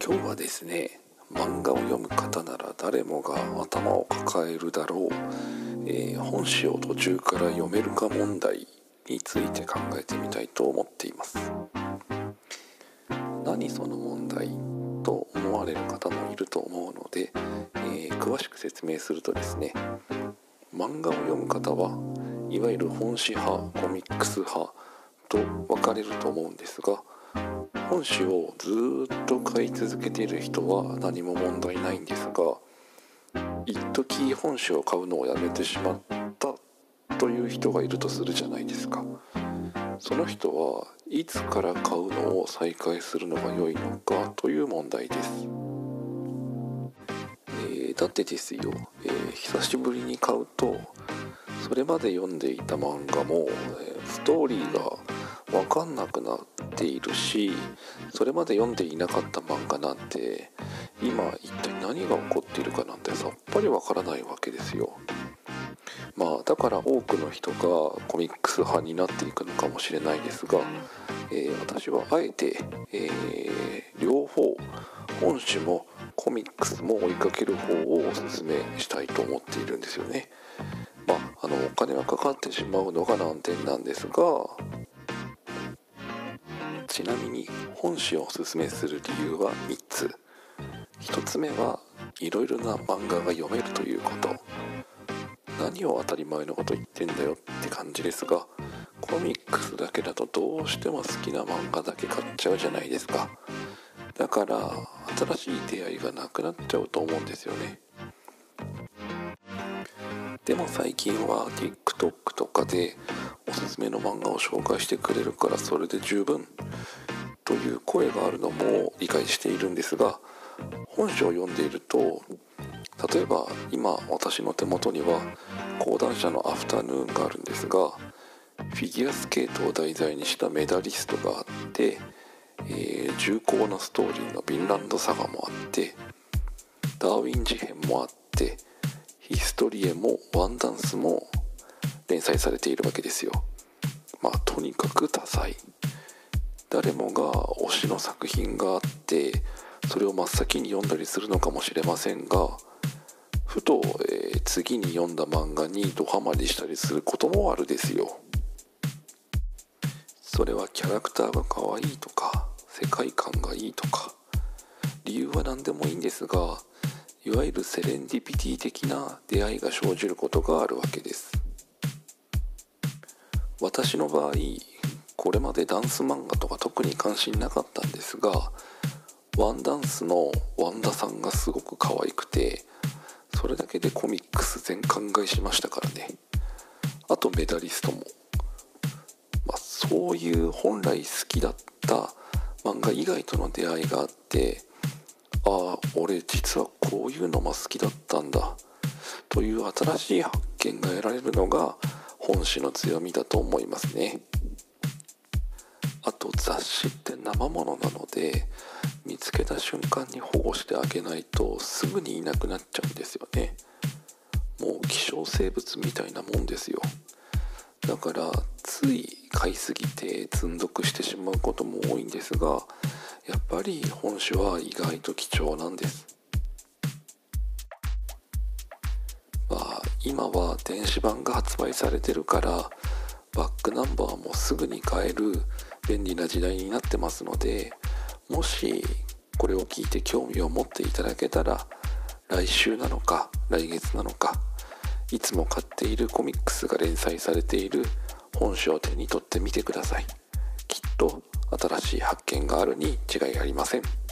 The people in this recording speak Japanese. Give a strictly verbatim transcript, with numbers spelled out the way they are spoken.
今日はですね、漫画を読む方なら誰もが頭を抱えるだろう、えー、本誌を途中から読めるか問題について考えてみたいと思っています。何その問題と思われる方もいると思うので、えー、詳しく説明するとですね、漫画を読む方はいわゆる本誌派、コミックス派と分かれると思うんですが、本誌をずっと買い続けている人は何も問題ないんですが、一時本誌を買うのをやめてしまったという人がいるとするじゃないですか。その人はいつから買うのを再開するのが良いのかという問題です。えー、だってですよ、えー、久しぶりに買うとそれまで読んでいた漫画も、えー、ストーリーが分かんなくなっているし、それまで読んでいなかった漫画なんて今一体何が起こっているかなんてさっぱり分からないわけですよ。まあだから多くの人がコミックス派になっていくのかもしれないですが、えー、私はあえて、えー、両方本誌もコミックスも追いかける方をおすすめしたいと思っているんですよね。まあ、あのお金はかかってしまうのが難点なんですが、ちなみに本誌をおすすめする理由はみっつ。ひとつめはいろいろな漫画が読めるということ。何を当たり前のこと言ってんだよって感じですが、コミックスだけだとどうしても好きな漫画だけ買っちゃうじゃないですか。だから新しい出会いがなくなっちゃうと思うんですよね。でも最近は TikTok とかでおすすめの漫画を紹介してくれるからそれで十分という声があるのも理解しているんですが、本書を読んでいると、例えば今私の手元には講談社のアフタヌーンがあるんですが、フィギュアスケートを題材にしたメダリストがあって、えー、重厚なストーリーのヴィンランドサガもあって、ダーウィン事変もあって、ヒストリエもワンダンスも連載されているわけですよ。まあとにかく多彩。誰もが推しの作品があってそれを真っ先に読んだりするのかもしれませんが、ふと、えー、次に読んだ漫画にドハマりしたりすることもあるですよ。それはキャラクターが可愛いとか世界観がいいとか理由は何でもいいんですが、いわゆるセレンディピティ的な出会いが生じることがあるわけです。私の場合、これまでダンス漫画とか特に関心なかったんですが、ワンダンスのワンダさんがすごく可愛くて、それだけでコミックス全巻買いしましたからね。あとメダリストも、まあ、そういう本来好きだった漫画以外との出会いがあって、ああ俺実はこういうのも好きだったんだという新しい発見が得られるのが本誌の強みだと思いますね。あと雑誌って生ものなので見つけた瞬間に保護してあげないとすぐにいなくなっちゃうんですよね。もう希少生物みたいなもんですよ。だからつい買いすぎて積んどくしてしまうことも多いんですが、やっぱり本誌は意外と貴重なんです。まあ今は電子版が発売されてるからバックナンバーもすぐに買える便利な時代になってますので、もしこれを聞いて興味を持っていただけたら来週なのか来月なのか、いつも買っているコミックスが連載されている本誌を手に取ってみてください。きっと新しい発見があるに違いありません。